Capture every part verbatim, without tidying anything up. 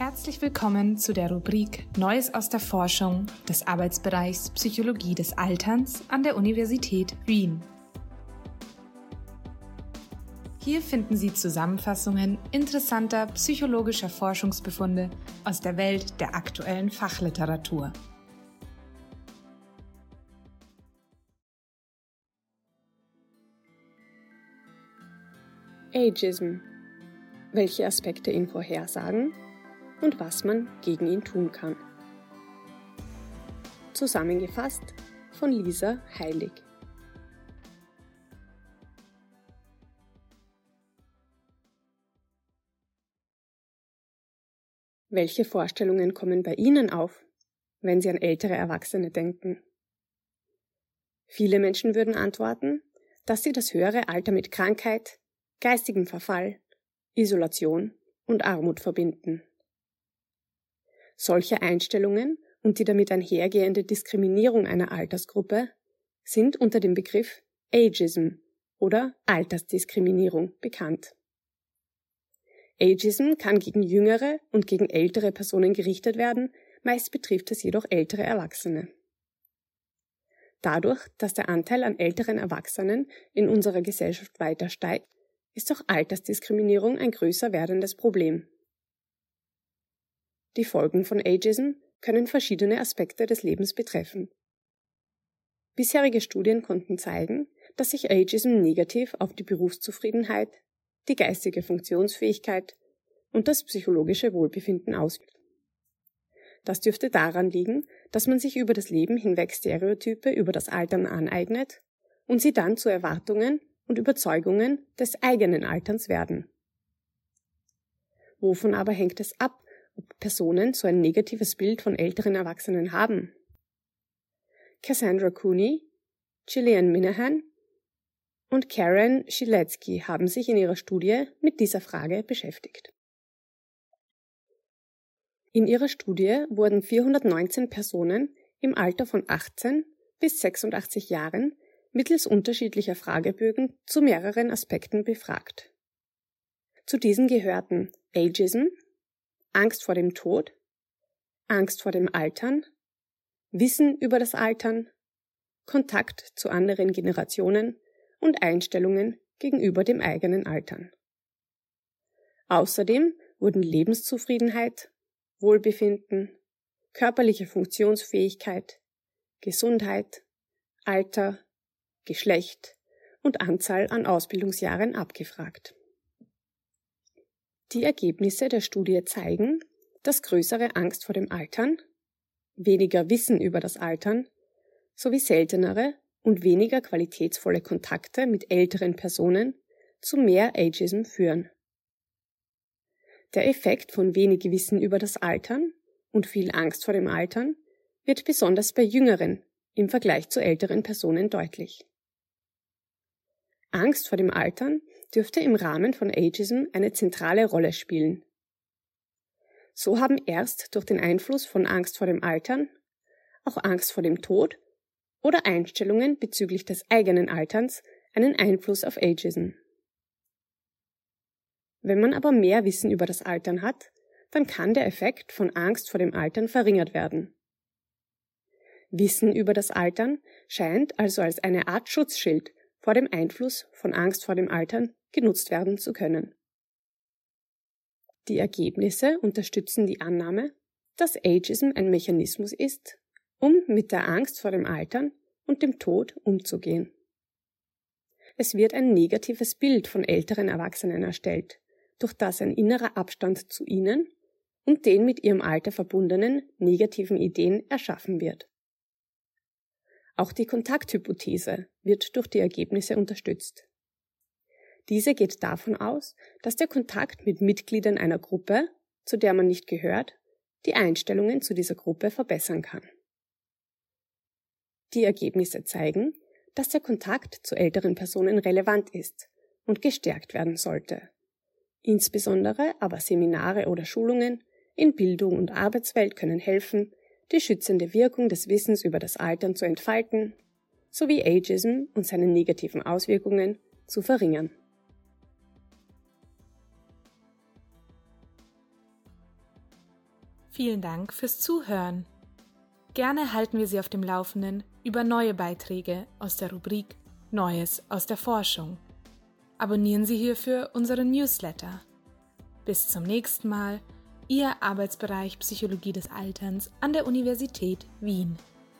Herzlich willkommen zu der Rubrik Neues aus der Forschung des Arbeitsbereichs Psychologie des Alterns an der Universität Wien. Hier finden Sie Zusammenfassungen interessanter psychologischer Forschungsbefunde aus der Welt der aktuellen Fachliteratur. Ageism. Welche Aspekte ihn vorhersagen und was man gegen ihn tun kann. Zusammengefasst von Lisa Heilig. Welche Vorstellungen kommen bei Ihnen auf, wenn Sie an ältere Erwachsene denken? Viele Menschen würden antworten, dass sie das höhere Alter mit Krankheit, geistigem Verfall, Isolation und Armut verbinden. Solche Einstellungen und die damit einhergehende Diskriminierung einer Altersgruppe sind unter dem Begriff Ageism oder Altersdiskriminierung bekannt. Ageism kann gegen jüngere und gegen ältere Personen gerichtet werden, meist betrifft es jedoch ältere Erwachsene. Dadurch, dass der Anteil an älteren Erwachsenen in unserer Gesellschaft weiter steigt, ist auch Altersdiskriminierung ein größer werdendes Problem. Die Folgen von Ageism können verschiedene Aspekte des Lebens betreffen. Bisherige Studien konnten zeigen, dass sich Ageism negativ auf die Berufszufriedenheit, die geistige Funktionsfähigkeit und das psychologische Wohlbefinden auswirkt. Das dürfte daran liegen, dass man sich über das Leben hinweg Stereotype über das Altern aneignet und sie dann zu Erwartungen und Überzeugungen des eigenen Alterns werden. Wovon aber hängt es ab, ob Personen so ein negatives Bild von älteren Erwachsenen haben? Cassandra Cooney, Gillian Minahan und Karen Schiletsky haben sich in ihrer Studie mit dieser Frage beschäftigt. In ihrer Studie wurden vierhundertneunzehn Personen im Alter von achtzehn bis sechsundachtzig Jahren mittels unterschiedlicher Fragebögen zu mehreren Aspekten befragt. Zu diesen gehörten Ageism, Angst vor dem Tod, Angst vor dem Altern, Wissen über das Altern, Kontakt zu anderen Generationen und Einstellungen gegenüber dem eigenen Altern. Außerdem wurden Lebenszufriedenheit, Wohlbefinden, körperliche Funktionsfähigkeit, Gesundheit, Alter, Geschlecht und Anzahl an Ausbildungsjahren abgefragt. Die Ergebnisse der Studie zeigen, dass größere Angst vor dem Altern, weniger Wissen über das Altern sowie seltenere und weniger qualitätsvolle Kontakte mit älteren Personen zu mehr Ageism führen. Der Effekt von wenig Wissen über das Altern und viel Angst vor dem Altern wird besonders bei Jüngeren im Vergleich zu älteren Personen deutlich. Angst vor dem Altern dürfte im Rahmen von Ageism eine zentrale Rolle spielen. So haben erst durch den Einfluss von Angst vor dem Altern auch Angst vor dem Tod oder Einstellungen bezüglich des eigenen Alterns einen Einfluss auf Ageism. Wenn man aber mehr Wissen über das Altern hat, dann kann der Effekt von Angst vor dem Altern verringert werden. Wissen über das Altern scheint also als eine Art Schutzschild vor dem Einfluss von Angst vor dem Altern genutzt werden zu können. Die Ergebnisse unterstützen die Annahme, dass Ageism ein Mechanismus ist, um mit der Angst vor dem Altern und dem Tod umzugehen. Es wird ein negatives Bild von älteren Erwachsenen erstellt, durch das ein innerer Abstand zu ihnen und den mit ihrem Alter verbundenen negativen Ideen erschaffen wird. Auch die Kontakthypothese wird durch die Ergebnisse unterstützt. Diese geht davon aus, dass der Kontakt mit Mitgliedern einer Gruppe, zu der man nicht gehört, die Einstellungen zu dieser Gruppe verbessern kann. Die Ergebnisse zeigen, dass der Kontakt zu älteren Personen relevant ist und gestärkt werden sollte. Insbesondere aber Seminare oder Schulungen in Bildung und Arbeitswelt können helfen, die schützende Wirkung des Wissens über das Altern zu entfalten, sowie Ageism und seine negativen Auswirkungen zu verringern. Vielen Dank fürs Zuhören. Gerne halten wir Sie auf dem Laufenden über neue Beiträge aus der Rubrik Neues aus der Forschung. Abonnieren Sie hierfür unseren Newsletter. Bis zum nächsten Mal, Ihr Arbeitsbereich Psychologie des Alterns an der Universität Wien.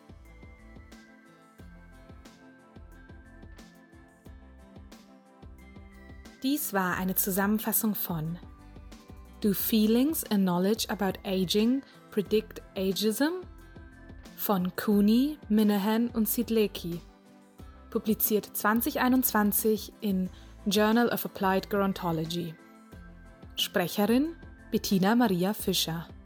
Dies war eine Zusammenfassung von Do Feelings and Knowledge About Aging Predict Ageism? Von Cooney, Minahan und Sidlecki. Publiziert zwanzig einundzwanzig in Journal of Applied Gerontology. Sprecherin Bettina Maria Fischer.